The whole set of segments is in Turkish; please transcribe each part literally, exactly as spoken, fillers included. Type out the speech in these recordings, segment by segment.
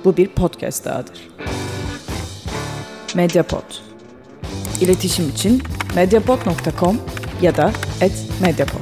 Bu bir podcast dahadır. Mediapod. İletişim için mediapod nokta com ya da et mediapod.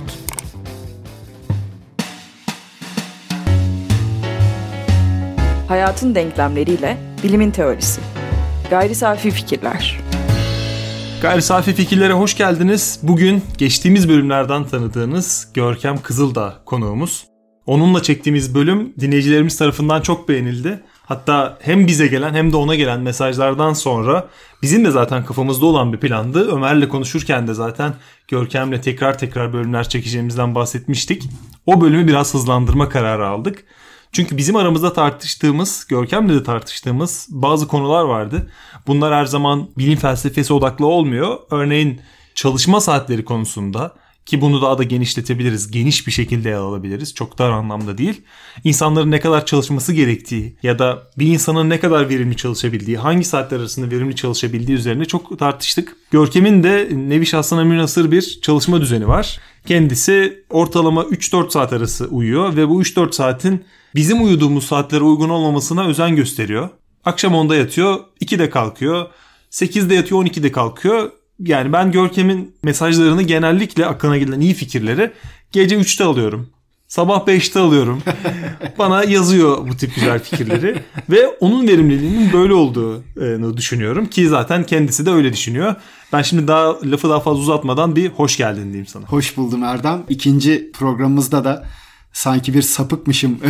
Hayatın denklemleriyle bilimin teorisi. Gayri safi fikirler. Gayri safi fikirlere hoş geldiniz. Bugün geçtiğimiz bölümlerden tanıdığınız Görkem Kızıldağ konuğumuz. Onunla çektiğimiz bölüm dinleyicilerimiz tarafından çok beğenildi. Hatta hem bize gelen hem de ona gelen mesajlardan sonra bizim de zaten kafamızda olan bir plandı. Ömer'le konuşurken de zaten Görkem'le tekrar tekrar bölümler çekeceğimizden bahsetmiştik. O bölümü biraz hızlandırma kararı aldık. Çünkü bizim aramızda tartıştığımız, Görkem'le de tartıştığımız bazı konular vardı. Bunlar her zaman bilim felsefesi odaklı olmuyor. Örneğin çalışma saatleri konusunda, ki bunu daha da genişletebiliriz, geniş bir şekilde ele alabiliriz. Çok dar anlamda değil. İnsanların ne kadar çalışması gerektiği ya da bir insanın ne kadar verimli çalışabildiği, hangi saatler arasında verimli çalışabildiği üzerine çok tartıştık. Görkem'in de nevi şahsına münhasır bir çalışma düzeni var. Kendisi ortalama üç dört saat arası uyuyor ve bu üç dört saatin bizim uyuduğumuz saatlere uygun olmamasına özen gösteriyor. Akşam onda yatıyor, ikide kalkıyor, sekizde yatıyor, on ikide kalkıyor. Yani ben Görkem'in mesajlarını genellikle aklına gelen iyi fikirleri gece üçte alıyorum. Sabah beşte alıyorum. Bana yazıyor bu tip güzel fikirleri. Ve onun verimliliğinin böyle olduğunu düşünüyorum. Ki zaten kendisi de öyle düşünüyor. Ben şimdi daha lafı daha fazla uzatmadan bir hoş geldin diyeyim sana. Hoş buldum Erdem. İkinci programımızda da sanki bir sapıkmışım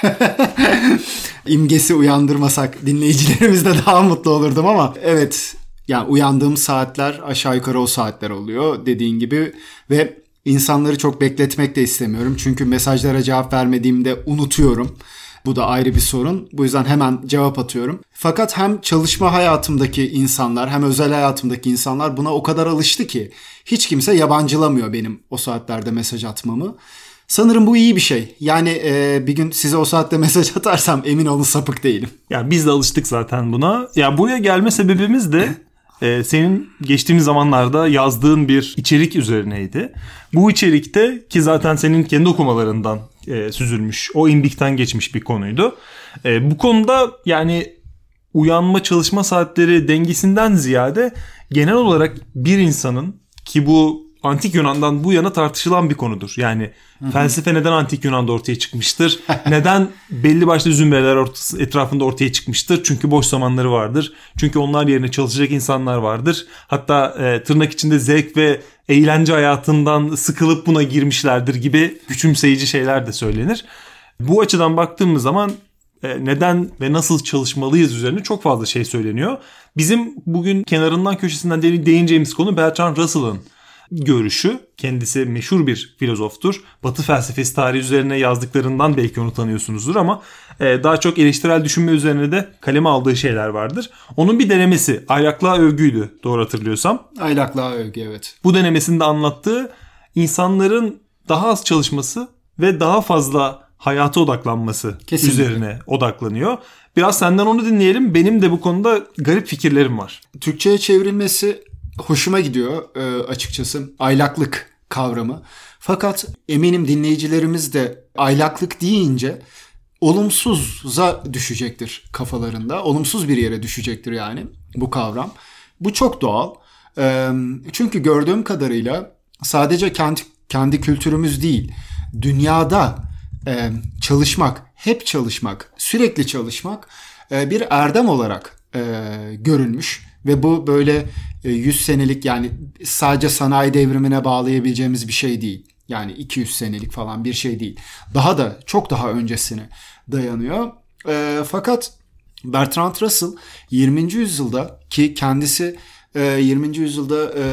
imgesi uyandırmasak dinleyicilerimiz de daha mutlu olurdum ama evet, yani uyandığım saatler aşağı yukarı o saatler oluyor dediğin gibi ve insanları çok bekletmek de istemiyorum. Çünkü mesajlara cevap vermediğimde unutuyorum. Bu da ayrı bir sorun. Bu yüzden hemen cevap atıyorum. Fakat hem çalışma hayatımdaki insanlar hem özel hayatımdaki insanlar buna o kadar alıştı ki hiç kimse yabancılamıyor benim o saatlerde mesaj atmamı. Sanırım bu iyi bir şey. Yani e, bir gün size o saatte mesaj atarsam emin olun sapık değilim. Ya biz de alıştık zaten buna. Ya buraya gelme sebebimiz de e, senin geçtiğimiz zamanlarda yazdığın bir içerik üzerineydi. Bu içerikte, ki zaten senin kendi okumalarından e, süzülmüş, o imbikten geçmiş bir konuydu. E, bu konuda yani uyanma çalışma saatleri dengesinden ziyade genel olarak bir insanın, ki bu Antik Yunan'dan bu yana tartışılan bir konudur. Yani hı hı. Felsefe neden Antik Yunan'da ortaya çıkmıştır? Neden belli başlı zümreler ortası, etrafında ortaya çıkmıştır? Çünkü boş zamanları vardır. Çünkü onlar yerine çalışacak insanlar vardır. Hatta e, tırnak içinde zevk ve eğlence hayatından sıkılıp buna girmişlerdir gibi küçümseyici şeyler de söylenir. Bu açıdan baktığımız zaman e, neden ve nasıl çalışmalıyız üzerine çok fazla şey söyleniyor. Bizim bugün kenarından köşesinden değineceğimiz konu Bertrand Russell'ın görüşü. Kendisi meşhur bir filozoftur. Batı felsefesi tarihi üzerine yazdıklarından belki onu tanıyorsunuzdur ama daha çok eleştirel düşünme üzerine de kaleme aldığı şeyler vardır. Onun bir denemesi aylaklığa övgüydü, doğru hatırlıyorsam. Aylaklığa övgü, evet. Bu denemesinde anlattığı insanların daha az çalışması ve daha fazla hayata odaklanması Kesinlikle. üzerine odaklanıyor. Biraz senden onu dinleyelim. Benim de bu konuda garip fikirlerim var. Türkçe'ye çevrilmesi hoşuma gidiyor e, açıkçası, aylaklık kavramı. Fakat eminim dinleyicilerimiz de aylaklık deyince olumsuza düşecektir kafalarında. Olumsuz bir yere düşecektir yani bu kavram. Bu çok doğal. E, çünkü gördüğüm kadarıyla sadece kendi, kendi kültürümüz değil, dünyada e, çalışmak, hep çalışmak, sürekli çalışmak e, bir erdem olarak e, görülmüş. Ve bu böyle yüz senelik, yani sadece sanayi devrimine bağlayabileceğimiz bir şey değil. Yani iki yüz senelik falan bir şey değil. Daha da çok daha öncesine dayanıyor. E, fakat Bertrand Russell yirminci yüzyılda, ki kendisi e, yirminci yüzyılda e,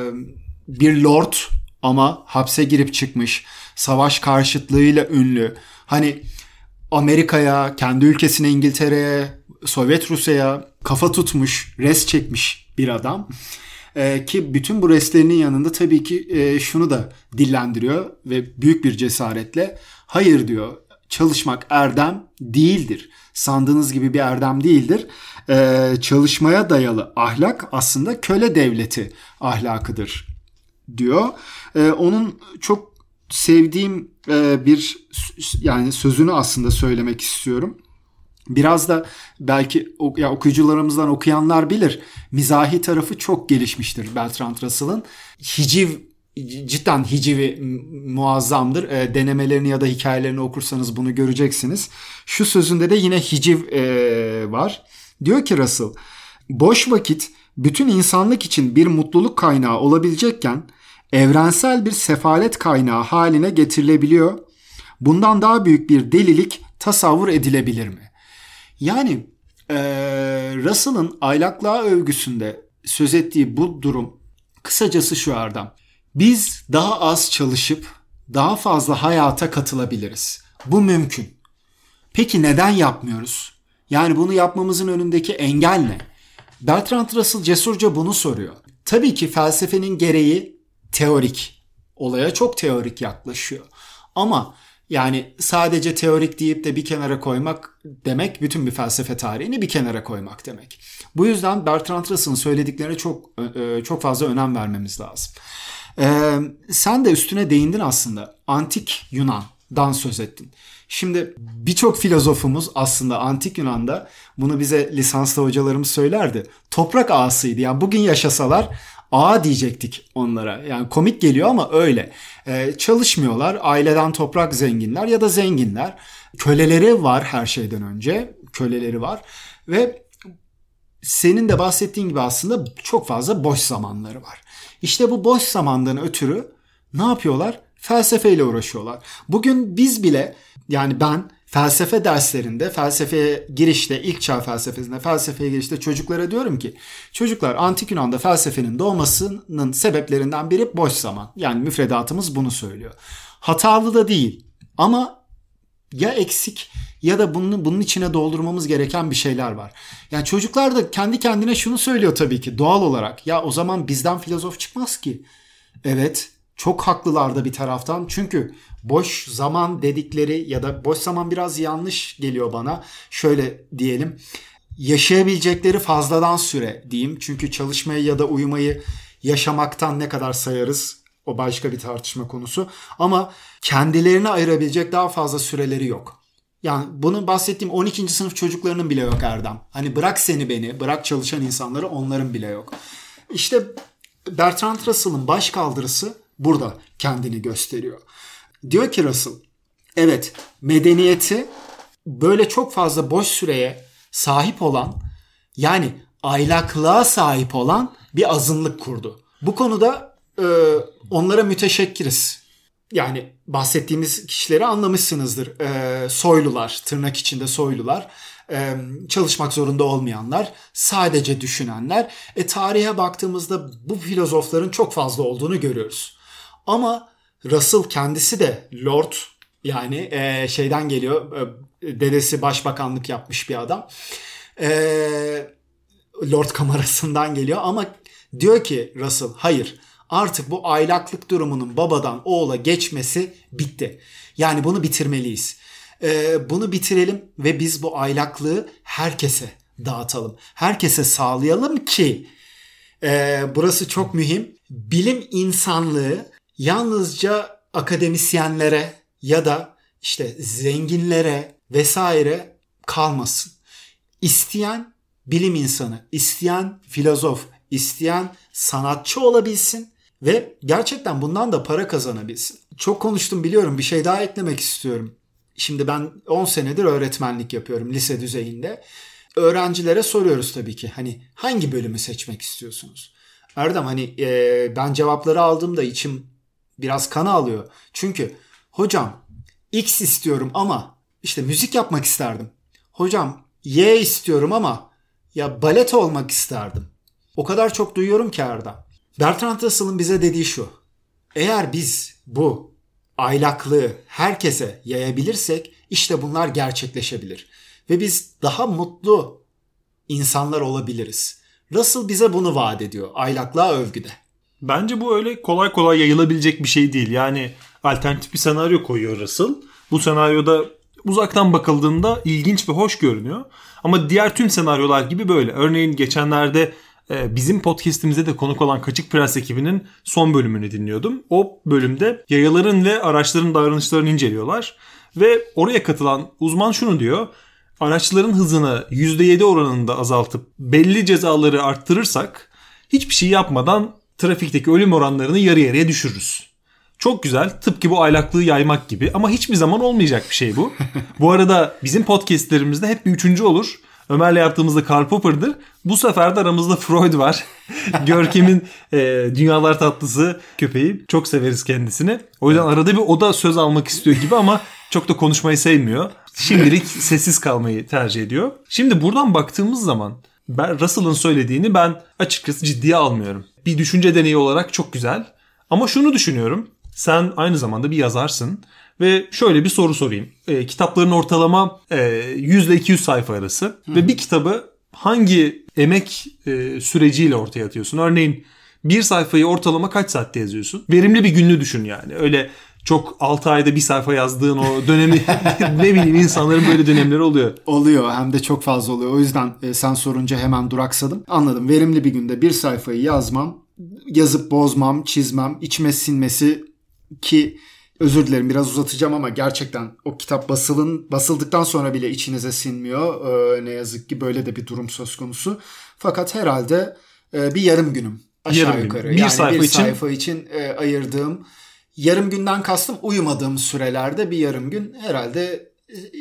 bir lord ama hapse girip çıkmış, savaş karşıtlığıyla ünlü. Hani Amerika'ya, kendi ülkesine, İngiltere'ye, Sovyet Rusya'ya kafa tutmuş, res çekmiş bir adam. Ee, ki bütün bu reslerinin yanında tabii ki e, şunu da dillendiriyor ve büyük bir cesaretle hayır diyor, çalışmak erdem değildir. Sandığınız gibi bir erdem değildir. Ee, çalışmaya dayalı ahlak aslında köle devleti ahlakıdır diyor. Ee, onun çok sevdiğim e, bir yani sözünü aslında söylemek istiyorum. Biraz da belki ya okuyucularımızdan okuyanlar bilir. Mizahi tarafı çok gelişmiştir Bertrand Russell'ın. Hiciv, cidden hicivi muazzamdır. E, denemelerini ya da hikayelerini okursanız bunu göreceksiniz. Şu sözünde de yine hiciv e, var. Diyor ki Russell, boş vakit bütün insanlık için bir mutluluk kaynağı olabilecekken evrensel bir sefalet kaynağı haline getirilebiliyor. Bundan daha büyük bir delilik tasavvur edilebilir mi? Yani e, Russell'ın aylaklığa övgüsünde söz ettiği bu durum kısacası şu Erdem. Biz daha az çalışıp daha fazla hayata katılabiliriz. Bu mümkün. Peki neden yapmıyoruz? Yani bunu yapmamızın önündeki engel ne? Bertrand Russell cesurca bunu soruyor. Tabii ki felsefenin gereği teorik. Olaya çok teorik yaklaşıyor. Ama yani sadece teorik deyip de bir kenara koymak demek, bütün bir felsefe tarihini bir kenara koymak demek. Bu yüzden Bertrand Russell'ın söylediklerine çok çok fazla önem vermemiz lazım. Ee, sen de üstüne değindin aslında. Antik Yunan'dan söz ettin. Şimdi birçok filozofumuz aslında Antik Yunan'da, bunu bize lisanslı hocalarımız söylerdi, toprak ağasıydı. Yani bugün yaşasalar ağa diyecektik onlara. Yani komik geliyor ama öyle. Ee, çalışmıyorlar. Aileden toprak zenginler ya da zenginler. Köleleri var her şeyden önce. Köleleri var. Ve senin de bahsettiğin gibi aslında çok fazla boş zamanları var. İşte bu boş zamandan ötürü ne yapıyorlar? Felsefeyle uğraşıyorlar. Bugün biz bile, yani ben felsefe derslerinde, felsefeye girişte, ilk çağ felsefesinde felsefeye girişte çocuklara diyorum ki, çocuklar, Antik Yunan'da felsefenin doğmasının sebeplerinden biri boş zaman. Yani müfredatımız bunu söylüyor. Hatalı da değil ama ya eksik ya da bunun, bunun içine doldurmamız gereken bir şeyler var. Yani çocuklar da kendi kendine şunu söylüyor tabii ki doğal olarak. Ya o zaman bizden filozof çıkmaz ki. Evet, çok haklılar da bir taraftan. Çünkü boş zaman dedikleri, ya da boş zaman biraz yanlış geliyor bana. Şöyle diyelim, yaşayabilecekleri fazladan süre diyeyim. Çünkü çalışmayı ya da uyumayı yaşamaktan ne kadar sayarız, o başka bir tartışma konusu. Ama kendilerine ayırabilecek daha fazla süreleri yok. Yani bunu bahsettiğim on ikinci sınıf çocuklarının bile yok Erdem. Hani bırak seni beni, bırak çalışan insanları, onların bile yok. İşte Bertrand Russell'ın başkaldırısı burada kendini gösteriyor. Diyor ki Russell, evet, medeniyeti böyle çok fazla boş süreye sahip olan, yani aylaklığa sahip olan bir azınlık kurdu. Bu konuda e, onlara müteşekkiriz. Yani bahsettiğimiz kişileri anlamışsınızdır. E, soylular, tırnak içinde soylular, e, çalışmak zorunda olmayanlar, sadece düşünenler. E, tarihe baktığımızda bu filozofların çok fazla olduğunu görüyoruz. Ama Russell kendisi de Lord, yani e, şeyden geliyor, e, dedesi başbakanlık yapmış bir adam. E, Lord kamerasından geliyor ama diyor ki Russell, hayır, artık bu aylaklık durumunun babadan oğula geçmesi bitti. Yani bunu bitirmeliyiz. E, bunu bitirelim ve biz bu aylaklığı herkese dağıtalım. Herkese sağlayalım ki, e, burası çok mühim, bilim insanlığı yalnızca akademisyenlere ya da işte zenginlere vesaire kalmasın. İsteyen bilim insanı, isteyen filozof, isteyen sanatçı olabilsin ve gerçekten bundan da para kazanabilsin. Çok konuştum biliyorum, bir şey daha eklemek istiyorum. Şimdi ben on senedir öğretmenlik yapıyorum lise düzeyinde. Öğrencilere soruyoruz tabii ki, hani hangi bölümü seçmek istiyorsunuz? Erdem, hani e, ben cevapları aldığımda içim biraz kan ağlıyor. Çünkü hocam X istiyorum ama işte müzik yapmak isterdim. Hocam Y istiyorum ama ya balet olmak isterdim. O kadar çok duyuyorum ki Erdem. Bertrand Russell'ın bize dediği şu: eğer biz bu aylaklığı herkese yayabilirsek işte bunlar gerçekleşebilir. Ve biz daha mutlu insanlar olabiliriz. Russell bize bunu vaat ediyor aylaklığa övgüde. Bence bu öyle kolay kolay yayılabilecek bir şey değil. Yani alternatif bir senaryo koyuyor Russell. Bu senaryoda uzaktan bakıldığında ilginç ve hoş görünüyor. Ama diğer tüm senaryolar gibi böyle. Örneğin geçenlerde bizim podcast'imize de konuk olan Kaçık Prens ekibinin son bölümünü dinliyordum. O bölümde yayaların ve araçların davranışlarını inceliyorlar. Ve oraya katılan uzman şunu diyor: araçların hızını yüzde yedi oranında azaltıp belli cezaları arttırırsak hiçbir şey yapmadan trafikteki ölüm oranlarını yarı yarıya düşürürüz. Çok güzel. Tıpkı bu aylaklığı yaymak gibi ama hiçbir zaman olmayacak bir şey bu. Bu arada bizim podcastlerimizde hep bir üçüncü olur. Ömer'le yaptığımızda Karl Popper'dır. Bu sefer de aramızda Freud var. Görkem'in e, dünyalar tatlısı köpeği. Çok severiz kendisini. O yüzden arada bir o da söz almak istiyor gibi ama çok da konuşmayı sevmiyor. Şimdilik sessiz kalmayı tercih ediyor. Şimdi buradan baktığımız zaman ben Russell'ın söylediğini ben açıkçası ciddiye almıyorum. Bir düşünce deneyi olarak çok güzel. Ama şunu düşünüyorum. Sen aynı zamanda bir yazarsın. Ve şöyle bir soru sorayım. E, kitapların ortalama e, yüz ile iki yüz sayfa arası. Hı. Ve bir kitabı hangi emek e, süreciyle ortaya atıyorsun? Örneğin bir sayfayı ortalama kaç saatte yazıyorsun? Verimli bir günlüğü düşün yani. Öyle çok altı ayda bir sayfa yazdığın o dönemi ne bileyim insanların böyle dönemleri oluyor. Oluyor, hem de çok fazla oluyor. O yüzden e, sen sorunca hemen duraksadım. Anladım. Verimli bir günde bir sayfayı yazmam, yazıp bozmam, çizmem, içime sinmesi ki özür dilerim biraz uzatacağım ama gerçekten o kitap basılın basıldıktan sonra bile içinize sinmiyor. Ee, ne yazık ki böyle de bir durum söz konusu. Fakat herhalde e, bir yarım günüm aşağı yarım yukarı. Gün. Bir yani sayfa bir için... sayfa için e, ayırdığım, yarım günden kastım uyumadığım sürelerde bir yarım gün herhalde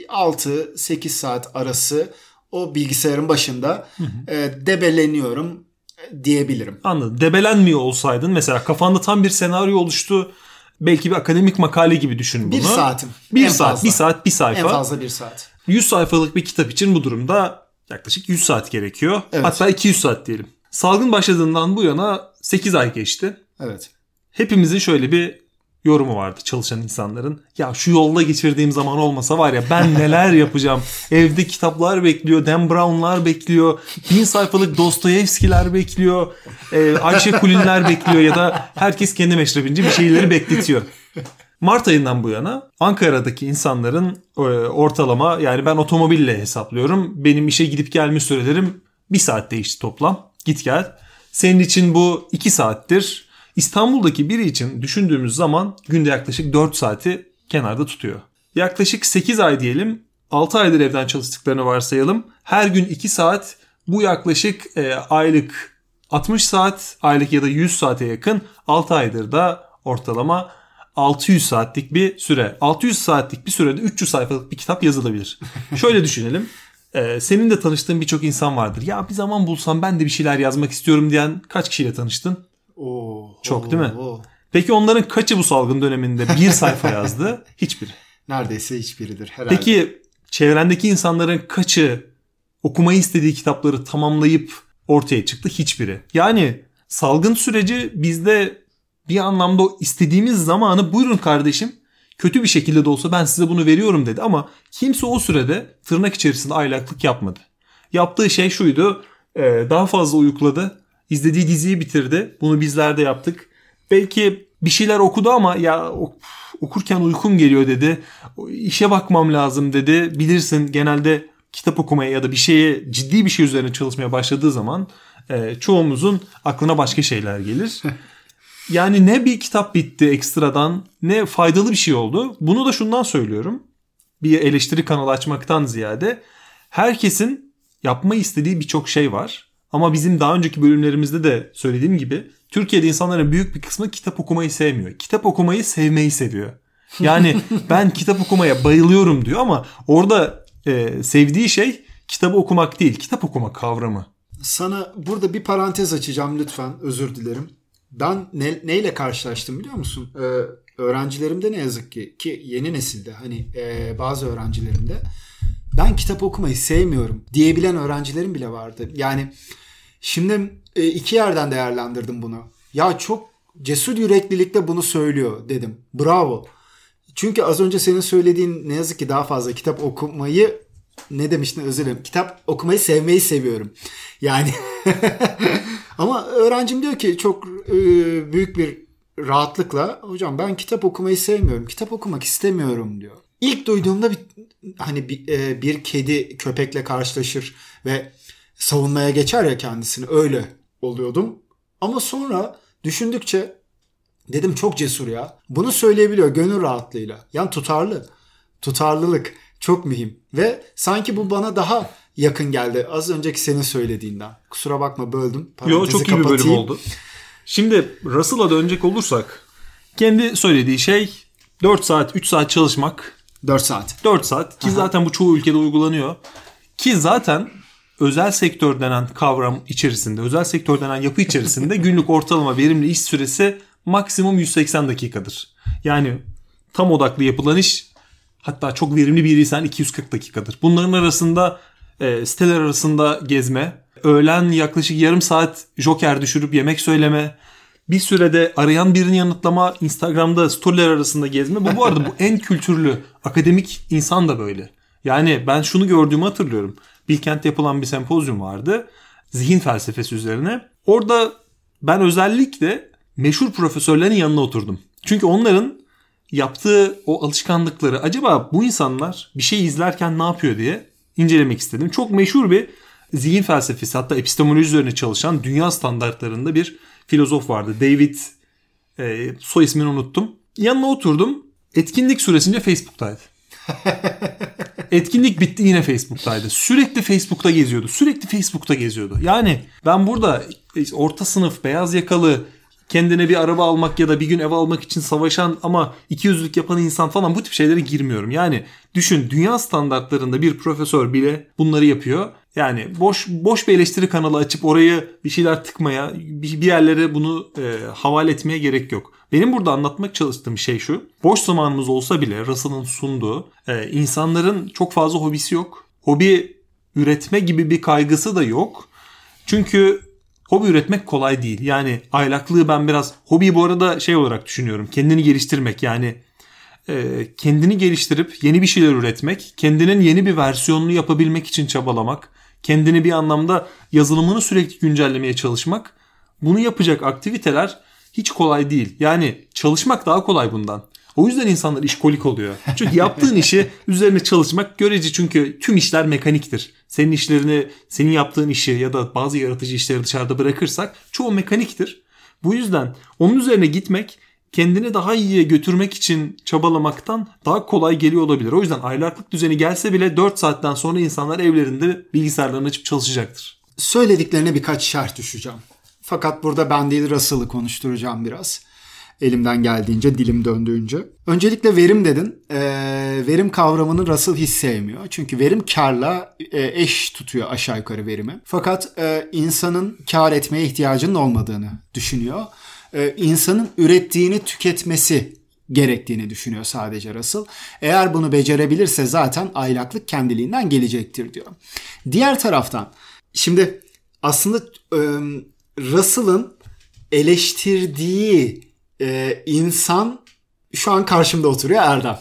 altı sekiz saat arası o bilgisayarın başında hı hı. E, debeleniyorum diyebilirim. Anladım. Debelenmiyor olsaydın mesela kafanda tam bir senaryo oluştu. Belki bir akademik makale gibi düşün bunu. Bir saatim. Bir en saat, fazla. bir saat, bir sayfa. En fazla bir saat. yüz sayfalık bir kitap için bu durumda yaklaşık yüz saat gerekiyor. Evet. Hatta iki yüz saat diyelim. Salgın başladığından bu yana sekiz ay geçti. Evet. Hepimizin şöyle bir yorumu vardı çalışan insanların. Ya şu yolda geçirdiğim zaman olmasa var ya ben neler yapacağım. Evde kitaplar bekliyor, Dan Brown'lar bekliyor, bin sayfalık Dostoyevski'ler bekliyor, e, Ayşe Kulinler bekliyor ya da herkes kendi meşrebince bir şeyleri bekletiyor. Mart ayından bu yana Ankara'daki insanların e, ortalama yani ben otomobille hesaplıyorum. Benim işe gidip gelme sürelerim bir saat değişti toplam. Git gel. Senin için bu iki saattir. İstanbul'daki biri için düşündüğümüz zaman günde yaklaşık dört saati kenarda tutuyor. Yaklaşık sekiz ay diyelim, altı aydır evden çalıştıklarını varsayalım. Her gün iki saat, bu yaklaşık e, aylık altmış saat, aylık ya da yüz saate yakın, altı aydır da ortalama altı yüz saatlik bir süre. altı yüz saatlik bir sürede üç yüz sayfalık bir kitap yazılabilir. Şöyle düşünelim. Ee, senin de tanıştığın birçok insan vardır. Ya bir zaman bulsam ben de bir şeyler yazmak istiyorum diyen kaç kişiyle tanıştın? Oo, Çok oo, değil mi? Oo. Peki onların kaçı bu salgın döneminde bir sayfa yazdı? Hiçbiri. Neredeyse hiçbiridir herhalde. Peki çevrendeki insanların kaçı okumayı istediği kitapları tamamlayıp ortaya çıktı? Hiçbiri. Yani salgın süreci bizde bir anlamda o istediğimiz zamanı buyurun kardeşim kötü bir şekilde de olsa ben size bunu veriyorum dedi ama kimse o sürede tırnak içerisinde aylaklık yapmadı. Yaptığı şey şuydu, daha fazla uyukladı, izlediği diziyi bitirdi, bunu bizler de yaptık. Belki bir şeyler okudu ama ya okurken uykum geliyor dedi, işe bakmam lazım dedi. Bilirsin genelde kitap okumaya ya da bir şeye ciddi bir şey üzerine çalışmaya başladığı zaman çoğumuzun aklına başka şeyler gelir. Yani ne bir kitap bitti ekstradan ne faydalı bir şey oldu. Bunu da şundan söylüyorum. Bir eleştiri kanalı açmaktan ziyade herkesin yapmayı istediği birçok şey var. Ama bizim daha önceki bölümlerimizde de söylediğim gibi Türkiye'de insanların büyük bir kısmı kitap okumayı sevmiyor. Kitap okumayı sevmeyi seviyor. Yani ben kitap okumaya bayılıyorum diyor ama orada e, sevdiği şey kitabı okumak değil, kitap okuma kavramı. Sana burada bir parantez açacağım lütfen, özür dilerim. Ben ne, neyle karşılaştım biliyor musun? Ee, öğrencilerimde ne yazık ki ki yeni nesilde hani e, bazı öğrencilerimde ben kitap okumayı sevmiyorum diyebilen öğrencilerim bile vardı. Yani şimdi e, iki yerden değerlendirdim bunu. Ya çok cesur yüreklilikle bunu söylüyor dedim. Bravo. Çünkü az önce senin söylediğin ne yazık ki daha fazla kitap okumayı ne demiştin özür dilerim. Kitap okumayı sevmeyi seviyorum. Yani ama öğrencim diyor ki çok e, büyük bir rahatlıkla hocam ben kitap okumayı sevmiyorum. Kitap okumak istemiyorum diyor. İlk duyduğumda bir hani bir, e, bir kedi köpekle karşılaşır ve savunmaya geçer ya kendisini, öyle oluyordum. Ama sonra düşündükçe dedim çok cesur ya. Bunu söyleyebiliyor gönül rahatlığıyla. Yani tutarlı. Tutarlılık. Çok mühim. Ve sanki bu bana daha yakın geldi az önceki senin söylediğinden. Kusura bakma böldüm. Yo, çok iyi bir bölüm oldu. Şimdi Russell'a dönecek olursak kendi söylediği şey dört saat üç saat çalışmak. dört saat. dört saat ki Aha. zaten bu çoğu ülkede uygulanıyor. Ki zaten özel sektör denen kavram içerisinde, özel sektör denen yapı içerisinde günlük ortalama verimli iş süresi maksimum yüz seksen dakikadır. Yani tam odaklı yapılan iş, hatta çok verimli biriysen iki yüz kırk dakikadır. Bunların arasında e, siteler arasında gezme, öğlen yaklaşık yarım saat joker düşürüp yemek söyleme, bir sürede arayan birini yanıtlama, Instagram'da storyler arasında gezme. Bu bu arada bu en kültürlü akademik insan da böyle. Yani ben şunu gördüğümü hatırlıyorum. Bilkent'te yapılan bir sempozyum vardı. Zihin felsefesi üzerine. Orada ben özellikle meşhur profesörlerin yanına oturdum. Çünkü onların yaptığı o alışkanlıkları, acaba bu insanlar bir şey izlerken ne yapıyor diye incelemek istedim. Çok meşhur bir zihin felsefesi, hatta epistemoloji üzerine çalışan dünya standartlarında bir filozof vardı. David, e, soy ismini unuttum. Yanına oturdum. Etkinlik süresince Facebook'taydı. Etkinlik bitti, yine Facebook'taydı. Sürekli Facebook'ta geziyordu. Sürekli Facebook'ta geziyordu. Yani ben burada orta sınıf, beyaz yakalı, kendine bir araba almak ya da bir gün ev almak için savaşan ama ikiyüzlülük yapan insan falan, bu tip şeylere girmiyorum. Yani düşün, dünya standartlarında bir profesör bile bunları yapıyor. Yani boş boş bir eleştiri kanalı açıp orayı bir şeyler tıkmaya, bir yerlere bunu e, havale etmeye gerek yok. Benim burada anlatmak çalıştığım şey şu. Boş zamanımız olsa bile Russell'ın sunduğu e, insanların çok fazla hobisi yok. Hobi üretme gibi bir kaygısı da yok. Çünkü hobi üretmek kolay değil. Yani aylaklığı ben biraz, hobiyi bu arada şey olarak düşünüyorum. Kendini geliştirmek, yani e, kendini geliştirip yeni bir şeyler üretmek, kendinin yeni bir versiyonunu yapabilmek için çabalamak, kendini bir anlamda yazılımını sürekli güncellemeye çalışmak. Bunu yapacak aktiviteler hiç kolay değil. Yani çalışmak daha kolay bundan. O yüzden insanlar işkolik oluyor. Çünkü yaptığın işi üzerine çalışmak görece, çünkü tüm işler mekaniktir. Senin işlerini, senin yaptığın işi ya da bazı yaratıcı işleri dışarıda bırakırsak çoğu mekaniktir. Bu yüzden onun üzerine gitmek, kendini daha iyiye götürmek için çabalamaktan daha kolay geliyor olabilir. O yüzden aylaklık düzeni gelse bile dört saatten sonra insanlar evlerinde bilgisayarlarını açıp çalışacaktır. Söylediklerine birkaç şerh düşeceğim. Fakat burada ben değil, Russell'ı konuşturacağım biraz. Elimden geldiğince, dilim döndüğünce. Öncelikle verim dedin. E, verim kavramını Russell hiç sevmiyor. Çünkü verim karla e, eş tutuyor aşağı yukarı verimi. Fakat e, insanın kar etmeye ihtiyacının olmadığını düşünüyor. E, insanın ürettiğini tüketmesi gerektiğini düşünüyor sadece Russell. Eğer bunu becerebilirse zaten aylaklık kendiliğinden gelecektir diyor. Diğer taraftan şimdi aslında e, Russell'ın eleştirdiği e, insan şu an karşımda oturuyor, Erdem.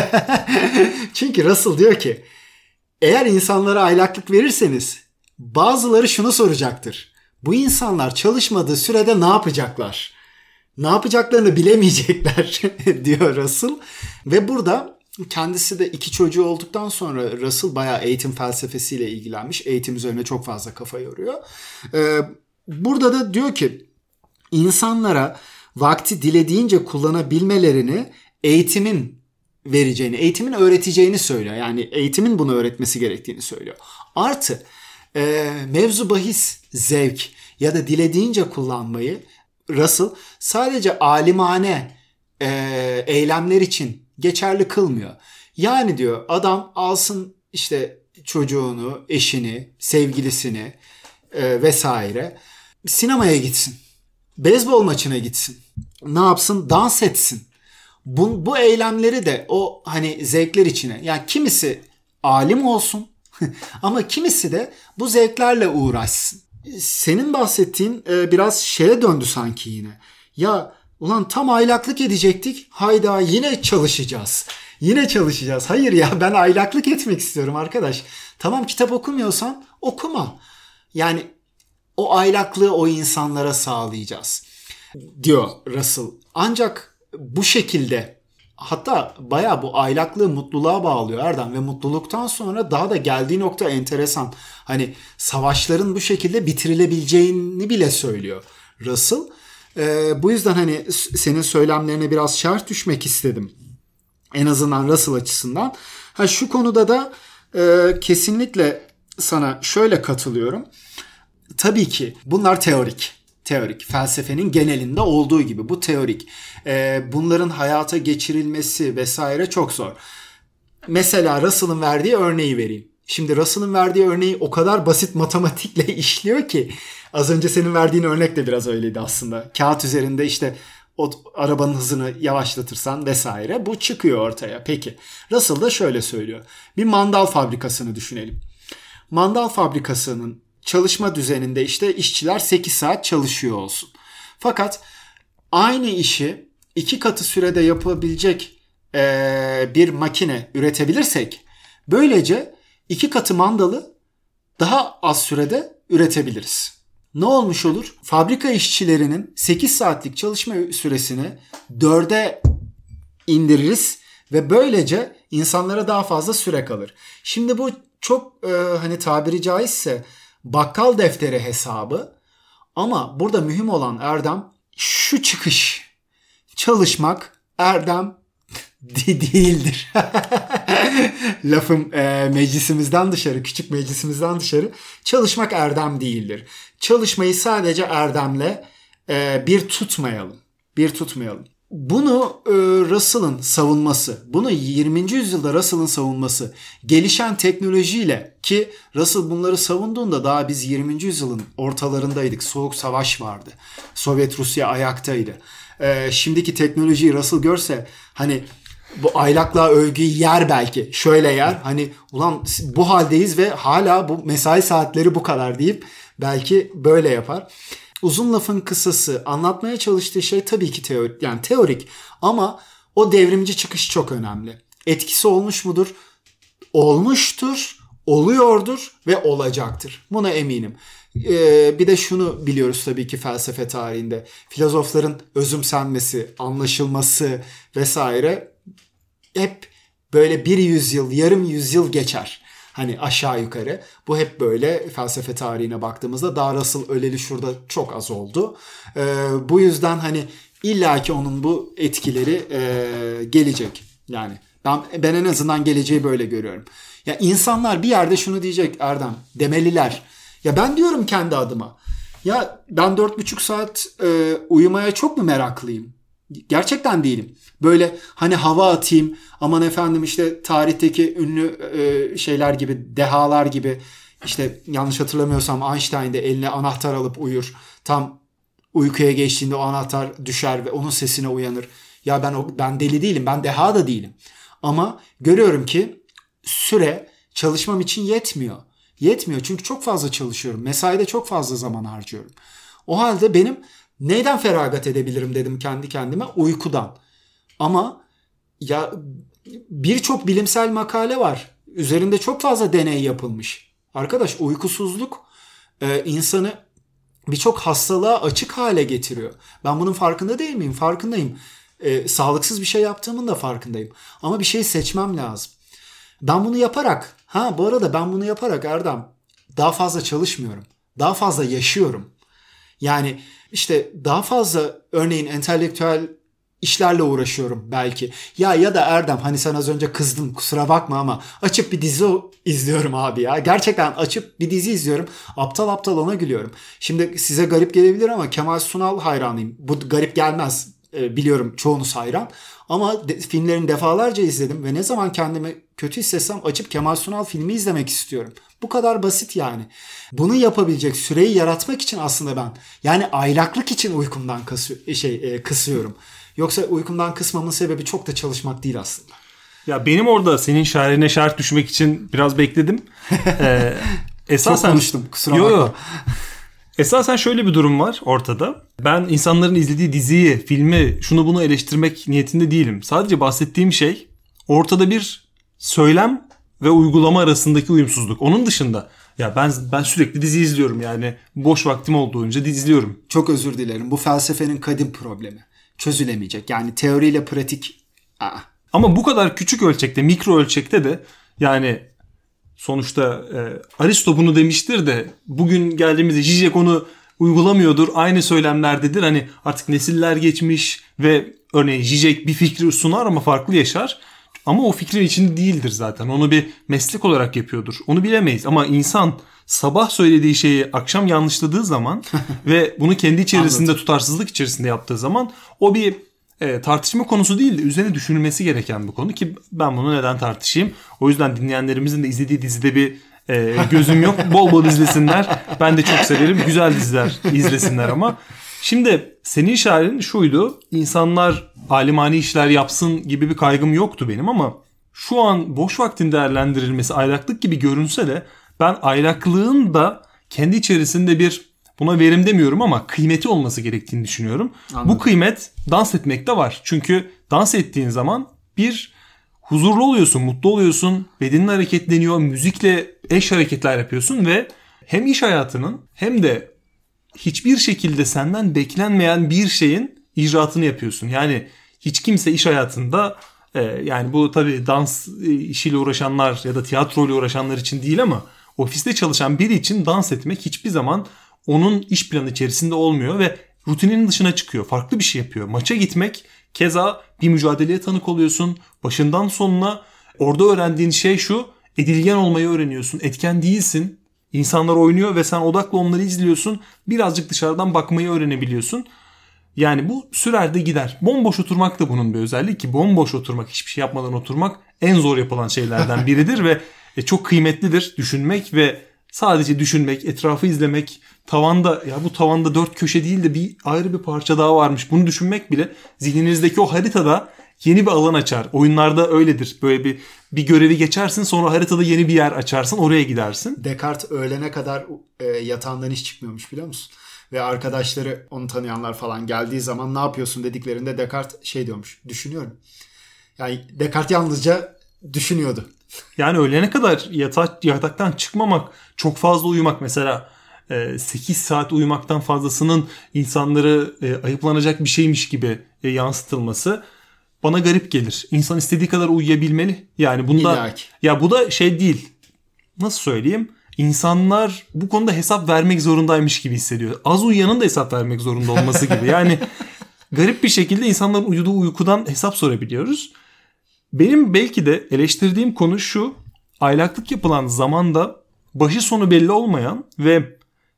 Çünkü Russell diyor ki, eğer insanlara aylaklık verirseniz bazıları şunu soracaktır. Bu insanlar çalışmadığı sürede ne yapacaklar? Ne yapacaklarını bilemeyecekler diyor Russell. Ve burada kendisi de iki çocuğu olduktan sonra Russell bayağı eğitim felsefesiyle ilgilenmiş. Eğitim üzerine çok fazla kafa yoruyor. Ee, burada da diyor ki, insanlara vakti dilediğince kullanabilmelerini eğitimin vereceğini, eğitimin öğreteceğini söylüyor. Yani eğitimin bunu öğretmesi gerektiğini söylüyor. Artı e, mevzu bahis zevk ya da dilediğince kullanmayı Russell sadece alimane e, eylemler için geçerli kılmıyor. Yani diyor, adam alsın işte çocuğunu, eşini, sevgilisini e, vesaire, sinemaya gitsin. Beyzbol maçına gitsin. Ne yapsın? Dans etsin. Bu, bu eylemleri de o hani zevkler içine. Yani kimisi alim olsun ama kimisi de bu zevklerle uğraşsın. Senin bahsettiğin e, biraz şeye döndü sanki yine. Ya ulan tam aylaklık edecektik. Hayda, yine çalışacağız. Yine çalışacağız. Hayır ya, ben aylaklık etmek istiyorum arkadaş. Tamam, kitap okumuyorsan okuma. Yani o aylaklığı o insanlara sağlayacağız diyor Russell. Ancak bu şekilde, hatta bayağı bu aylaklığı mutluluğa bağlıyor Erdem, ve mutluluktan sonra daha da geldiği nokta enteresan. Hani savaşların bu şekilde bitirilebileceğini bile söylüyor Russell. Ee, bu yüzden hani senin söylemlerine biraz şerh düşmek istedim. En azından Russell açısından. Ha, şu konuda da e, kesinlikle sana şöyle katılıyorum. Tabii ki bunlar teorik. Teorik. Felsefenin genelinde olduğu gibi bu teorik. E, bunların hayata geçirilmesi vesaire çok zor. Mesela Russell'ın verdiği örneği vereyim. Şimdi Russell'ın verdiği örneği o kadar basit matematikle işliyor ki, az önce senin verdiğin örnek de biraz öyleydi aslında. Kağıt üzerinde işte o arabanın hızını yavaşlatırsan vesaire bu çıkıyor ortaya. Peki Russell da şöyle söylüyor. Bir mandal fabrikasını düşünelim. Mandal fabrikasının çalışma düzeninde işte işçiler sekiz saat çalışıyor olsun. Fakat aynı işi iki katı sürede yapabilecek ee, bir makine üretebilirsek, böylece iki katı mandalı daha az sürede üretebiliriz. Ne olmuş olur? Fabrika işçilerinin sekiz saatlik çalışma süresini dörde indiririz ve böylece insanlara daha fazla süre kalır. Şimdi bu çok e, hani tabiri caizse bakkal defteri hesabı, ama burada mühim olan erdem şu çıkış: çalışmak erdem değildir. Lafım e, meclisimizden dışarı, küçük meclisimizden dışarı. Çalışmak erdem değildir. Çalışmayı sadece erdemle e, bir tutmayalım. Bir tutmayalım. Bunu e, Russell'ın savunması, bunu yirminci yüzyılda Russell'ın savunması, gelişen teknolojiyle, ki Russell bunları savunduğunda daha biz yirminci yüzyılın ortalarındaydık. Soğuk Savaş vardı. Sovyet Rusya ayaktaydı. E, şimdiki teknolojiyi Russell görse hani bu aylaklığa övgüyü yer belki. Şöyle yer. Hani ulan bu haldeyiz ve hala bu mesai saatleri bu kadar deyip belki böyle yapar. Uzun lafın kısası, anlatmaya çalıştığı şey tabii ki teorik, yani teorik, ama o devrimci çıkış çok önemli. Etkisi olmuş mudur? Olmuştur, oluyordur ve olacaktır. Buna eminim. Ee, bir de şunu biliyoruz tabii ki felsefe tarihinde. Filozofların özümsenmesi, anlaşılması vesaire hep böyle bir yüzyıl, yarım yüzyıl geçer. Hani aşağı yukarı. Bu hep böyle felsefe tarihine baktığımızda. Daha Russell öleli şurada çok az oldu. Ee, bu yüzden hani illaki onun bu etkileri e, gelecek. Yani ben, ben en azından geleceği böyle görüyorum. Ya insanlar bir yerde şunu diyecek Erdem, demeliler. Ya ben diyorum kendi adıma. Ya ben dört buçuk saat e, uyumaya çok mu meraklıyım? Gerçekten değilim. Böyle hani hava atayım, aman efendim işte tarihteki ünlü e, şeyler gibi, dehalar gibi, işte yanlış hatırlamıyorsam Einstein de eline anahtar alıp uyur. Tam uykuya geçtiğinde o anahtar düşer ve onun sesine uyanır. Ya ben o, ben deli değilim, ben deha da değilim. Ama görüyorum ki süre çalışmam için yetmiyor. Yetmiyor çünkü çok fazla çalışıyorum. Mesaide çok fazla zaman harcıyorum. O halde benim neyden feragat edebilirim dedim kendi kendime? Uykudan. Ama ya birçok bilimsel makale var. Üzerinde çok fazla deney yapılmış. Arkadaş, uykusuzluk e, insanı birçok hastalığa açık hale getiriyor. Ben bunun farkında değil miyim? Farkındayım. E, sağlıksız bir şey yaptığımın da farkındayım. Ama bir şey seçmem lazım. Ben bunu yaparak, ha bu arada ben bunu yaparak Erdem daha fazla çalışmıyorum. Daha fazla yaşıyorum. Yani işte daha fazla örneğin entelektüel işlerle uğraşıyorum belki. Ya ya da Erdem hani sen az önce kızdın, kusura bakma ama açıp bir dizi izliyorum abi ya. Gerçekten açıp bir dizi izliyorum. Aptal aptal ona gülüyorum. Şimdi size garip gelebilir ama Kemal Sunal hayranıyım. Bu garip gelmez. Biliyorum çoğunuz hayran. Ama de, filmlerini defalarca izledim ve ne zaman kendimi kötü hissetsem açıp Kemal Sunal filmi izlemek istiyorum. Bu kadar basit yani. Bunu yapabilecek süreyi yaratmak için aslında ben, yani aylaklık için uykumdan kası, şey, e, kısıyorum. Yoksa uykumdan kısmamın sebebi çok da çalışmak değil aslında. Ya benim orada senin şairine şart düşmek için biraz bekledim. Ee, esasen, çok konuştum, kusura yo, bakma. Yo. Esasen şöyle bir durum var ortada. Ben insanların izlediği diziyi, filmi, şunu bunu eleştirmek niyetinde değilim. Sadece bahsettiğim şey ortada bir söylem ve uygulama arasındaki uyumsuzluk. Onun dışında ya ben ben sürekli dizi izliyorum, yani boş vaktim olduğunca dizi izliyorum. Çok özür dilerim. Bu felsefenin kadim problemi. Çözülemeyecek. Yani teoriyle pratik. Aa. Ama bu kadar küçük ölçekte, mikro ölçekte de yani sonuçta e, Aristo bunu demiştir de bugün geldiğimizde Zizek onu uygulamıyordur. Aynı söylemlerdedir. Hani artık nesiller geçmiş ve örneğin Zizek bir fikri sunar ama farklı yaşar. Ama o fikrin içinde değildir zaten. Onu bir meslek olarak yapıyordur. Onu bilemeyiz ama insan sabah söylediği şeyi akşam yanlışladığı zaman ve bunu kendi içerisinde tutarsızlık içerisinde yaptığı zaman o bir e, tartışma konusu değil de üzerine düşünülmesi gereken bir konu ki ben bunu neden tartışayım? O yüzden dinleyenlerimizin de izlediği dizide bir e, gözüm yok. Bol bol izlesinler. Ben de çok severim. Güzel diziler izlesinler ama. Şimdi senin şairin şuydu. İnsanlar alimani işler yapsın gibi bir kaygım yoktu benim ama şu an boş vaktin değerlendirilmesi aylaklık gibi görünse de ben aylaklığın da kendi içerisinde bir, buna verim demiyorum ama kıymeti olması gerektiğini düşünüyorum. Anladım. Bu kıymet dans etmekte var. Çünkü dans ettiğin zaman bir huzurlu oluyorsun, mutlu oluyorsun, bedenin hareketleniyor, müzikle eş hareketler yapıyorsun ve hem iş hayatının hem de hiçbir şekilde senden beklenmeyen bir şeyin icraatını yapıyorsun. Yani hiç kimse iş hayatında e, yani bu tabii dans işiyle uğraşanlar ya da tiyatroyla uğraşanlar için değil ama ofiste çalışan biri için dans etmek hiçbir zaman onun iş planı içerisinde olmuyor ve rutininin dışına çıkıyor. Farklı bir şey yapıyor. Maça gitmek keza bir mücadeleye tanık oluyorsun. Başından sonuna orada öğrendiğin şey şu: edilgen olmayı öğreniyorsun. Etken değilsin. İnsanlar oynuyor ve sen odaklı onları izliyorsun. Birazcık dışarıdan bakmayı öğrenebiliyorsun. Yani bu sürer de gider. Bomboş oturmak da bunun bir özelliği ki bomboş oturmak, hiçbir şey yapmadan oturmak en zor yapılan şeylerden biridir ve çok kıymetlidir. Düşünmek ve sadece düşünmek, etrafı izlemek, tavanda ya bu tavanda dört köşe değil de bir ayrı bir parça daha varmış. Bunu düşünmek bile zihninizdeki o haritada yeni bir alan açar. Oyunlarda öyledir. Böyle bir bir görevi geçersin, sonra haritada yeni bir yer açarsın, oraya gidersin. Descartes öğlene kadar e, yatağından hiç çıkmıyormuş, biliyor musun? Ve arkadaşları, onu tanıyanlar falan geldiği zaman ne yapıyorsun dediklerinde Descartes şey diyormuş: düşünüyorum. Yani Descartes yalnızca düşünüyordu. Yani öğlene kadar yatak, yataktan çıkmamak, çok fazla uyumak mesela sekiz saat uyumaktan fazlasının insanları ayıplanacak bir şeymiş gibi yansıtılması bana garip gelir. İnsan istediği kadar uyuyabilmeli. Yani bunda İlaki. Ya bu da şey değil. Nasıl söyleyeyim? İnsanlar bu konuda hesap vermek zorundaymış gibi hissediyor. Az uyuyanın da hesap vermek zorunda olması gibi. Yani garip bir şekilde insanların uyuduğu uykudan hesap sorabiliyoruz. Benim belki de eleştirdiğim konu şu: aylaklık yapılan zamanda başı sonu belli olmayan ve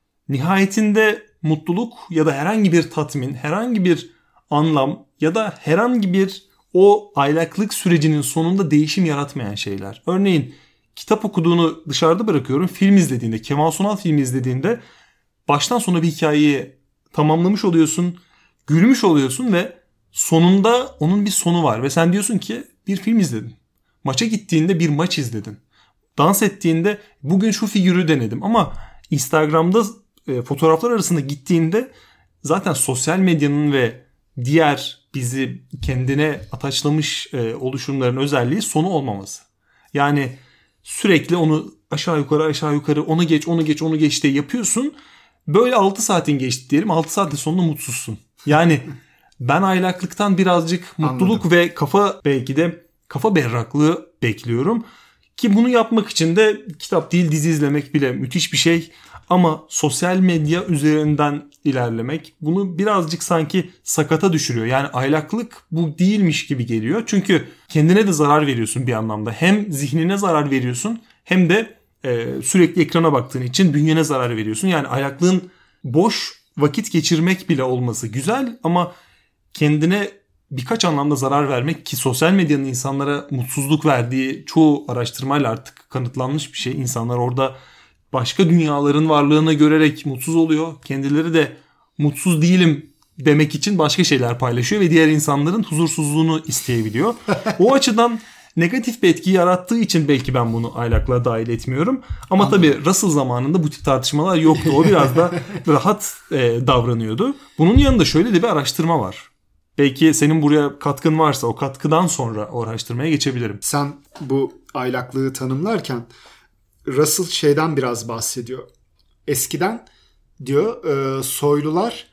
nihayetinde mutluluk ya da herhangi bir tatmin, herhangi bir anlam ya da herhangi bir o aylaklık sürecinin sonunda değişim yaratmayan şeyler. Örneğin kitap okuduğunu dışarıda bırakıyorum. Film izlediğinde, Kemal Sunal filmi izlediğinde baştan sona bir hikayeyi tamamlamış oluyorsun, gülmüş oluyorsun ve sonunda onun bir sonu var ve sen diyorsun ki bir film izledin. Maça gittiğinde bir maç izledin. Dans ettiğinde bugün şu figürü denedim ama Instagram'da e, fotoğraflar arasında gittiğinde zaten sosyal medyanın ve diğer bizi kendine ataçlamış e, oluşumların özelliği sonu olmaması. Yani sürekli onu aşağı yukarı aşağı yukarı onu geç onu geç onu geç diye yapıyorsun. Böyle altı saatin geçti diyelim, altı saatin sonunda mutsuzsun. Yani ben aylaklıktan birazcık mutluluk Anladım. Ve kafa, belki de kafa berraklığı bekliyorum. Ki bunu yapmak için de kitap değil dizi izlemek bile müthiş bir şey. Ama sosyal medya üzerinden ilerlemek bunu birazcık sanki sakata düşürüyor. Yani aylaklık bu değilmiş gibi geliyor. Çünkü kendine de zarar veriyorsun bir anlamda. Hem zihnine zarar veriyorsun hem de e, sürekli ekrana baktığın için bünyene zarar veriyorsun. Yani aylaklığın boş vakit geçirmek bile olması güzel ama kendine birkaç anlamda zarar vermek, ki sosyal medyanın insanlara mutsuzluk verdiği çoğu araştırmayla artık kanıtlanmış bir şey. İnsanlar orada başka dünyaların varlığını görerek mutsuz oluyor. Kendileri de mutsuz değilim demek için başka şeyler paylaşıyor ve diğer insanların huzursuzluğunu isteyebiliyor. O açıdan negatif bir etki yarattığı için belki ben bunu aylaklığa dahil etmiyorum. Ama Anladım. Tabii Russell zamanında bu tip tartışmalar yoktu. O biraz da rahat e, davranıyordu. Bunun yanında şöyle de bir araştırma var. Belki senin buraya katkın varsa o katkıdan sonra o araştırmaya geçebilirim. Sen bu aylaklığı tanımlarken Russell şeyden biraz bahsediyor. Eskiden diyor e, soylular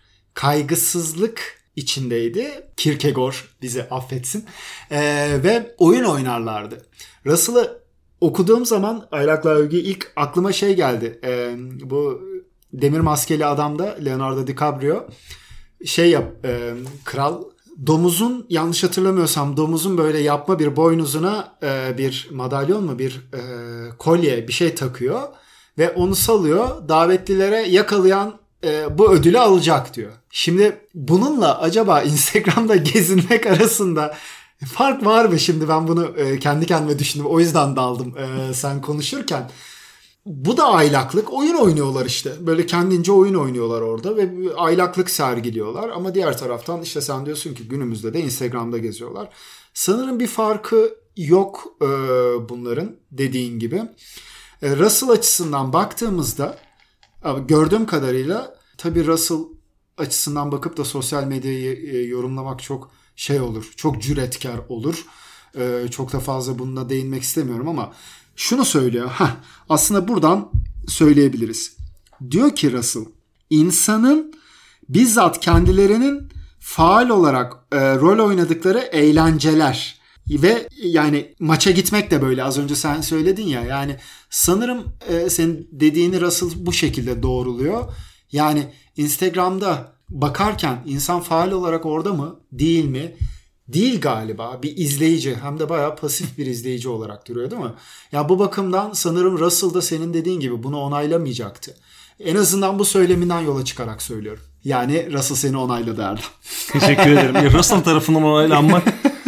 kaygısızlık içindeydi. Kierkegaard bizi affetsin. E, ve oyun oynarlardı. Russell'ı okuduğum zaman aylaklığa ilgili ilk aklıma şey geldi. E, bu Demir Maskeli Adam'da Leonardo DiCaprio şey yap, e, kral domuzun, yanlış hatırlamıyorsam domuzun böyle yapma bir boynuzuna e, bir madalyon mu bir e, kolye bir şey takıyor ve onu salıyor. Davetlilere yakalayan e, bu ödülü alacak diyor. Şimdi bununla acaba Instagram'da gezinmek arasında fark var mı? Şimdi ben bunu e, kendi kendime düşündüm. O yüzden daldım e, sen konuşurken. Bu da aylaklık. Oyun oynuyorlar işte. Böyle kendince oyun oynuyorlar orada ve aylaklık sergiliyorlar. Ama diğer taraftan işte sen diyorsun ki günümüzde de Instagram'da geziyorlar. Sanırım bir farkı yok e, bunların dediğin gibi. E, Russell açısından baktığımızda gördüğüm kadarıyla tabii Russell açısından bakıp da sosyal medyayı e, yorumlamak çok şey olur. Çok cüretkar olur. E, çok da fazla bununla değinmek istemiyorum ama şunu söylüyor. Heh, aslında buradan söyleyebiliriz. Diyor ki Russell, insanın bizzat kendilerinin faal olarak e, rol oynadıkları eğlenceler ve yani maça gitmek de böyle az önce sen söyledin ya, yani sanırım e, senin dediğini Russell bu şekilde doğruluyor. Yani Instagram'da bakarken insan faal olarak orada mı değil mi? Değil galiba, bir izleyici, hem de bayağı pasif bir izleyici olarak duruyor değil mi? Ya bu bakımdan sanırım Russell da senin dediğin gibi bunu onaylamayacaktı. En azından bu söyleminden yola çıkarak söylüyorum. Yani Russell seni onayladı Erdem. Teşekkür ederim. Ya Russell tarafından onaylanmak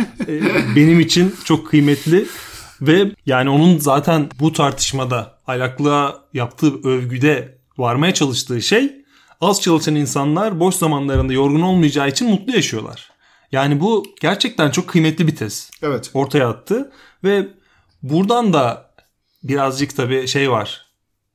benim için çok kıymetli ve yani onun zaten bu tartışmada aylaklığa yaptığı övgüde varmaya çalıştığı şey, az çalışan insanlar boş zamanlarında yorgun olmayacağı için mutlu yaşıyorlar. Yani bu gerçekten çok kıymetli bir tez. Evet. Ortaya attı ve buradan da birazcık tabii şey var.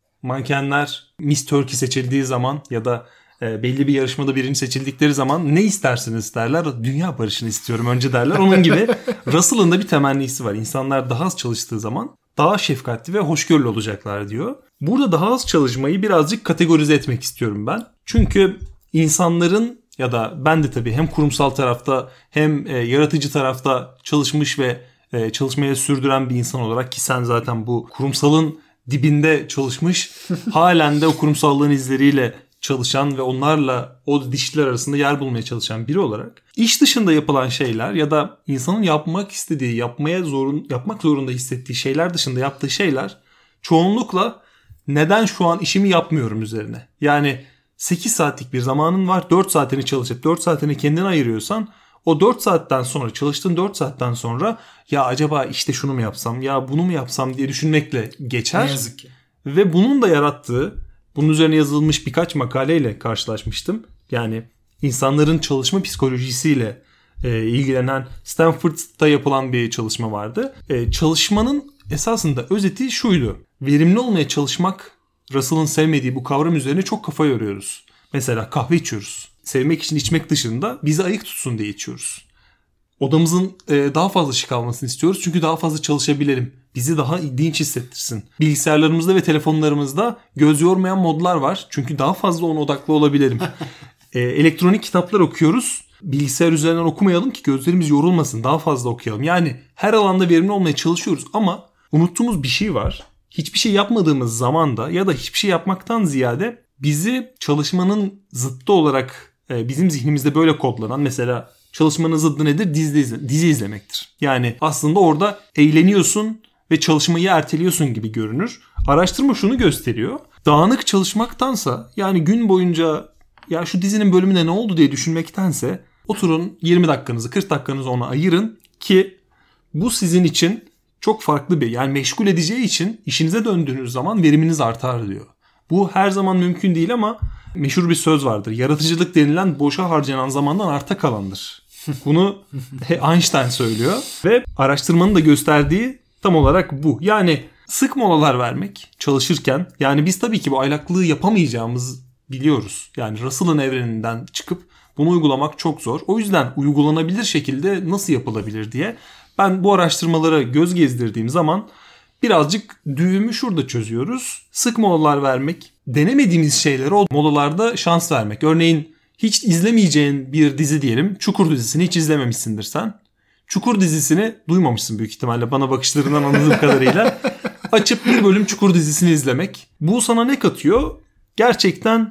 Mankenler Miss Turkey seçildiği zaman ya da belli bir yarışmada birinci seçildikleri zaman ne istersiniz derler. Dünya barışını istiyorum önce derler. Onun gibi Russell'ın da bir temennisi var. İnsanlar daha az çalıştığı zaman daha şefkatli ve hoşgörülü olacaklar diyor. Burada daha az çalışmayı birazcık kategorize etmek istiyorum ben. Çünkü insanların ya da ben de tabii hem kurumsal tarafta hem e, yaratıcı tarafta çalışmış ve e, çalışmaya sürdüren bir insan olarak, ki sen zaten bu kurumsalın dibinde çalışmış, halen de o kurumsallığın izleriyle çalışan ve onlarla o dişler arasında yer bulmaya çalışan biri olarak iş dışında yapılan şeyler ya da insanın yapmak istediği, yapmaya zorun, yapmak zorunda hissettiği şeyler dışında yaptığı şeyler çoğunlukla neden şu an işimi yapmıyorum üzerine. Yani sekiz saatlik bir zamanın var. dört saatini çalışıp dört saatini kendine ayırıyorsan o dört saatten sonra, çalıştığın dört saatten sonra ya acaba işte şunu mu yapsam, ya bunu mu yapsam diye düşünmekle geçer. Ne yazık ki. Ve bunun da yarattığı, bunun üzerine yazılmış birkaç makaleyle karşılaşmıştım. Yani insanların çalışma psikolojisiyle e, ilgilenen Stanford'da yapılan bir çalışma vardı. E, çalışmanın esasında özeti şuydu. Verimli olmaya çalışmak, Russell'ın sevmediği bu kavram üzerine çok kafa yoruyoruz. Mesela kahve içiyoruz. Sevmek için içmek dışında bizi ayık tutsun diye içiyoruz. Odamızın e, daha fazla ışık almasını istiyoruz çünkü daha fazla çalışabilelim. Bizi daha dinç hissettirsin. Bilgisayarlarımızda ve telefonlarımızda göz yormayan modlar var. Çünkü daha fazla ona odaklı olabilelim. e, elektronik kitaplar okuyoruz. Bilgisayar üzerinden okumayalım ki gözlerimiz yorulmasın. Daha fazla okuyalım. Yani her alanda verimli olmaya çalışıyoruz ama unuttuğumuz bir şey var. Hiçbir şey yapmadığımız zamanda ya da hiçbir şey yapmaktan ziyade bizi çalışmanın zıttı olarak e, bizim zihnimizde böyle kodlanan, mesela çalışmanın zıddı nedir? Dizi, izle, dizi izlemektir. Yani aslında orada eğleniyorsun ve çalışmayı erteliyorsun gibi görünür. Araştırma şunu gösteriyor. Dağınık çalışmaktansa, yani gün boyunca ya şu dizinin bölümüne ne oldu diye düşünmektense oturun yirmi dakikanızı kırk dakikanızı ona ayırın ki bu sizin için çok farklı bir, yani meşgul edeceği için işinize döndüğünüz zaman veriminiz artar diyor. Bu her zaman mümkün değil ama meşhur bir söz vardır. Yaratıcılık denilen boşa harcanan zamandan arta kalandır. Bunu Einstein söylüyor ve araştırmanın da gösterdiği tam olarak bu. Yani sık molalar vermek çalışırken, yani biz tabii ki bu aylaklığı yapamayacağımızı biliyoruz. Yani Russell'ın evreninden çıkıp bunu uygulamak çok zor. O yüzden uygulanabilir şekilde nasıl yapılabilir diye ben bu araştırmalara göz gezdirdiğim zaman birazcık düğümü şurada çözüyoruz. Sık molalar vermek, denemediğimiz şeylere o molalarda şans vermek. Örneğin hiç izlemeyeceğin bir dizi diyelim. Çukur dizisini hiç izlememişsindir sen. Çukur dizisini duymamışsın büyük ihtimalle bana bakışlarından anladığım kadarıyla. Açıp bir bölüm Çukur dizisini izlemek. Bu sana ne katıyor? Gerçekten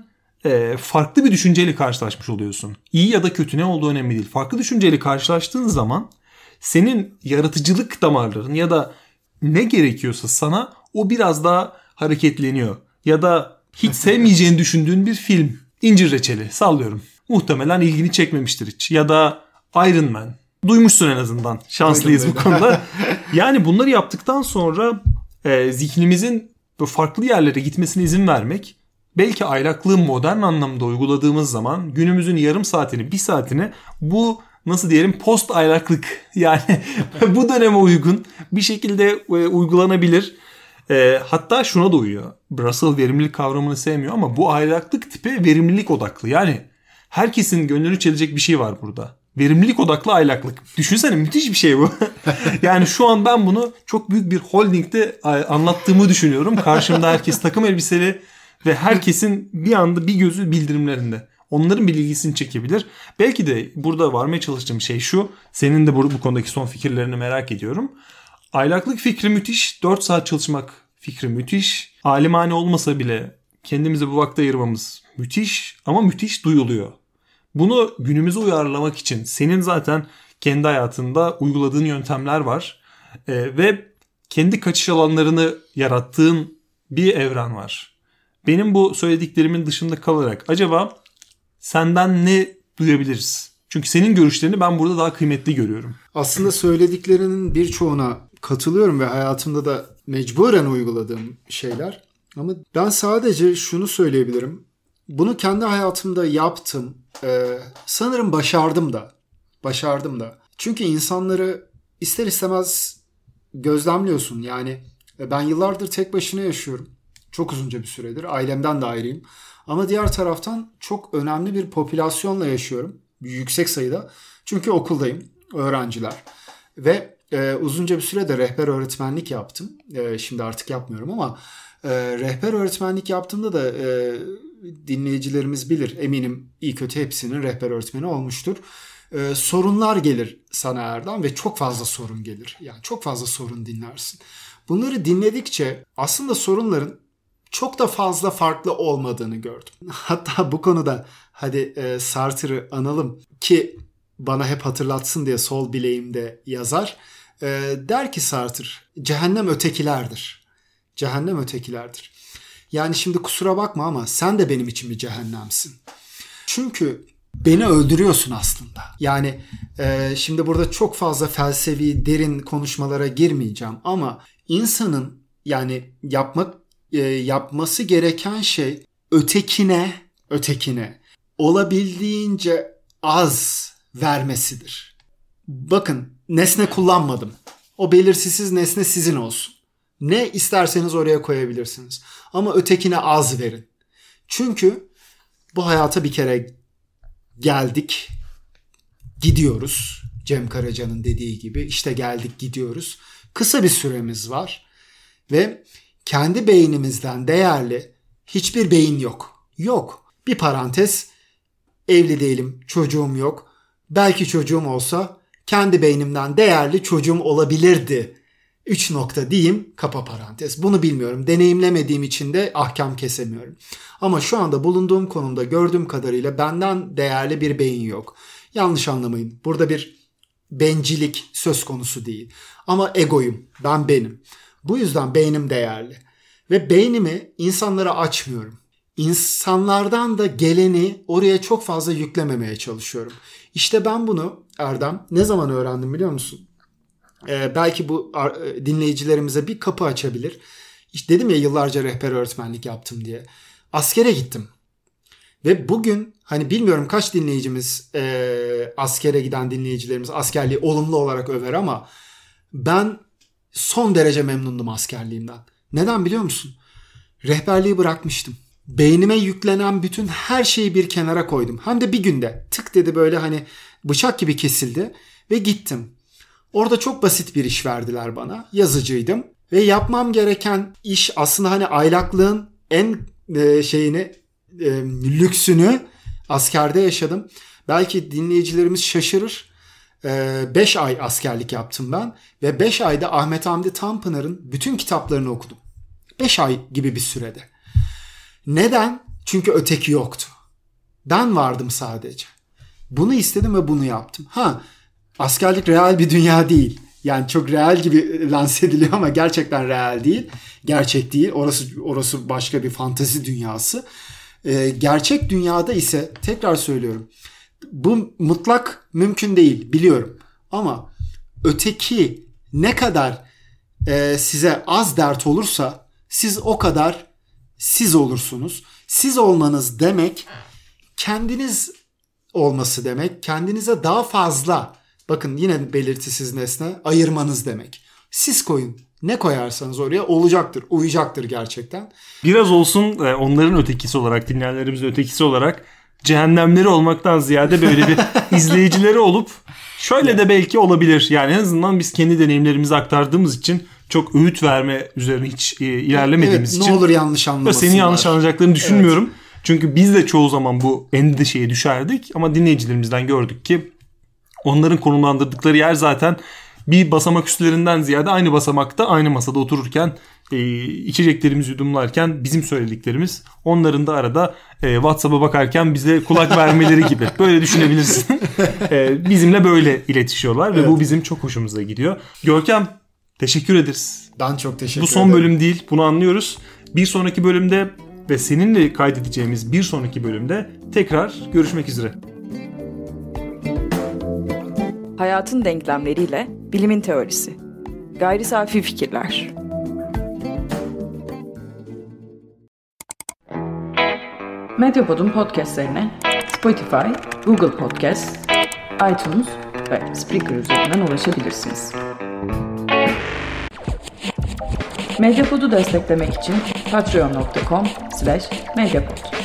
e, farklı bir düşünceyle karşılaşmış oluyorsun. İyi ya da kötü, ne olduğu önemli değil. Farklı düşünceyle karşılaştığın zaman senin yaratıcılık damarların ya da ne gerekiyorsa sana o biraz daha hareketleniyor. Ya da hiç sevmeyeceğini düşündüğün bir film, İncir Reçeli, sallıyorum. Muhtemelen ilgini çekmemiştir hiç. Ya da Iron Man. Duymuşsun en azından. Şanslıyız bu konuda. Yani bunları yaptıktan sonra e, zihnimizin farklı yerlere gitmesine izin vermek, belki aylaklığı modern anlamda uyguladığımız zaman günümüzün yarım saatini, bir saatini bu, nasıl diyelim, post aylaklık, yani bu döneme uygun bir şekilde e, uygulanabilir. E, hatta şuna da uyuyor. Russell verimlilik kavramını sevmiyor ama bu aylaklık tipi verimlilik odaklı. Yani herkesin gönlünü çelecek bir şey var burada. Verimlilik odaklı aylaklık. Düşünsene, müthiş bir şey bu. Yani şu an ben bunu çok büyük bir holdingde anlattığımı düşünüyorum. Karşımda herkes takım elbiseli ve herkesin bir anda bir gözü bildirimlerinde. Onların bir ilgisini çekebilir. Belki de burada varmaya çalıştığım şey şu. Senin de bu, bu konudaki son fikirlerini merak ediyorum. Aylaklık fikri müthiş. dört saat çalışmak fikri müthiş. Alimane olmasa bile kendimize bu vakti ayırmamız müthiş, ama müthiş duyuluyor. Bunu günümüze uyarlamak için senin zaten kendi hayatında uyguladığın yöntemler var. Ee, ve kendi kaçış alanlarını yarattığın bir evren var. Benim bu söylediklerimin dışında kalarak acaba senden ne duyabiliriz? Çünkü senin görüşlerini ben burada daha kıymetli görüyorum. Aslında söylediklerinin birçoğuna katılıyorum ve hayatımda da mecburen uyguladığım şeyler. Ama ben sadece şunu söyleyebilirim. Bunu kendi hayatımda yaptım. Ee, sanırım başardım da. Başardım da. Çünkü insanları ister istemez gözlemliyorsun. Yani ben yıllardır tek başına yaşıyorum. Çok uzunca bir süredir. Ailemden de ayrıyım. Ama diğer taraftan çok önemli bir popülasyonla yaşıyorum. Yüksek sayıda. Çünkü okuldayım. Öğrenciler. Ve e, uzunca bir sürede rehber öğretmenlik yaptım. E, şimdi artık yapmıyorum ama e, rehber öğretmenlik yaptığımda da e, dinleyicilerimiz bilir. Eminim iyi kötü hepsinin rehber öğretmeni olmuştur. E, sorunlar gelir sana Erdem ve çok fazla sorun gelir. Yani çok fazla sorun dinlersin. Bunları dinledikçe aslında sorunların çok da fazla farklı olmadığını gördüm. Hatta bu konuda hadi e, Sartre'ı analım ki bana hep hatırlatsın diye sol bileğimde yazar. E, der ki Sartre, cehennem ötekilerdir. Cehennem ötekilerdir. Yani şimdi kusura bakma ama sen de benim için bir cehennemsin. Çünkü beni öldürüyorsun aslında. Yani e, şimdi burada çok fazla felsefi, derin konuşmalara girmeyeceğim ama insanın yani yapmak e, yapması gereken şey ötekine, ötekine olabildiğince az vermesidir. Bakın, nesne kullanmadım. O belirsizsiz nesne sizin olsun. Ne isterseniz oraya koyabilirsiniz. Ama ötekine az verin. Çünkü bu hayata bir kere geldik, gidiyoruz. Cem Karaca'nın dediği gibi işte geldik, gidiyoruz. Kısa bir süremiz var ve kendi beynimizden değerli hiçbir beyin yok. Yok. Bir parantez, evli değilim, çocuğum yok. Belki çocuğum olsa kendi beynimden değerli çocuğum olabilirdi. Üç nokta diyeyim, kapa parantez. Bunu bilmiyorum. Deneyimlemediğim için de ahkam kesemiyorum. Ama şu anda bulunduğum konumda gördüğüm kadarıyla benden değerli bir beyin yok. Yanlış anlamayın. Burada bir bencillik söz konusu değil. Ama egoyum. Ben benim. Bu yüzden beynim değerli. Ve beynimi insanlara açmıyorum. İnsanlardan da geleni oraya çok fazla yüklememeye çalışıyorum. İşte ben bunu Erdem ne zaman öğrendim biliyor musun? Ee, belki bu dinleyicilerimize bir kapı açabilir. İşte dedim ya, yıllarca rehber öğretmenlik yaptım diye. Askere gittim. Ve bugün hani bilmiyorum kaç dinleyicimiz e, askere giden dinleyicilerimiz askerliği olumlu olarak över ama ben son derece memnundum askerliğimden. Neden biliyor musun? Rehberliği bırakmıştım. Beynime yüklenen bütün her şeyi bir kenara koydum. Hem de bir günde tık dedi, böyle hani bıçak gibi kesildi ve gittim. Orada çok basit bir iş verdiler bana. Yazıcıydım ve yapmam gereken iş aslında hani aylaklığın en e, şeyini e, lüksünü askerde yaşadım. Belki dinleyicilerimiz şaşırır. beş ay askerlik yaptım ben ve beş ayda Ahmet Hamdi Tanpınar'ın bütün kitaplarını okudum. beş ay gibi bir sürede. Neden? Çünkü öteki yoktu. Ben vardım sadece. Bunu istedim ve bunu yaptım. Ha, askerlik real bir dünya değil. Yani çok real gibi lanse ediliyor ama gerçekten real değil. Gerçek değil. Orası orası başka bir fantezi dünyası. Ee, gerçek dünyada ise tekrar söylüyorum. Bu mutlak mümkün değil biliyorum. Ama öteki ne kadar e, size az dert olursa siz o kadar siz olursunuz. Siz olmanız demek kendiniz olması demek. Kendinize daha fazla, bakın yine belirtisiz nesne, ayırmanız demek. Siz koyun. Ne koyarsanız oraya olacaktır, uyacaktır gerçekten. Biraz olsun onların ötekisi olarak, dinleyenlerimizin ötekisi olarak cehennemleri olmaktan ziyade böyle bir izleyicileri olup şöyle de belki olabilir. Yani en azından biz kendi deneyimlerimizi aktardığımız için çok öğüt verme üzerine hiç e, ilerlemediğimiz evet, için. Ne olur yanlış anlamasınlar. Seni yanlış anlayacaklarını düşünmüyorum. Evet. Çünkü biz de çoğu zaman bu endişeye düşerdik ama dinleyicilerimizden gördük ki onların konumlandırdıkları yer zaten bir basamak üstlerinden ziyade aynı basamakta aynı masada otururken e, içeceklerimizi yudumlarken bizim söylediklerimiz onların da arada e, WhatsApp'a bakarken bize kulak vermeleri gibi. Böyle düşünebilirsin. e, bizimle böyle iletişiyorlar ve evet. Bu bizim çok hoşumuza gidiyor. Görkem, teşekkür ederiz. Ben çok teşekkür ederim. Bu son bölüm değil, bunu anlıyoruz. Bir sonraki bölümde ve seninle kaydedeceğimiz bir sonraki bölümde tekrar görüşmek üzere. Hayatın denklemleriyle bilimin teorisi. Gayri safi fikirler. Medyapod'un podcastlerine Spotify, Google Podcast, iTunes ve Spreaker üzerinden ulaşabilirsiniz. Medyapod'u desteklemek için patreon nokta com slash medyapod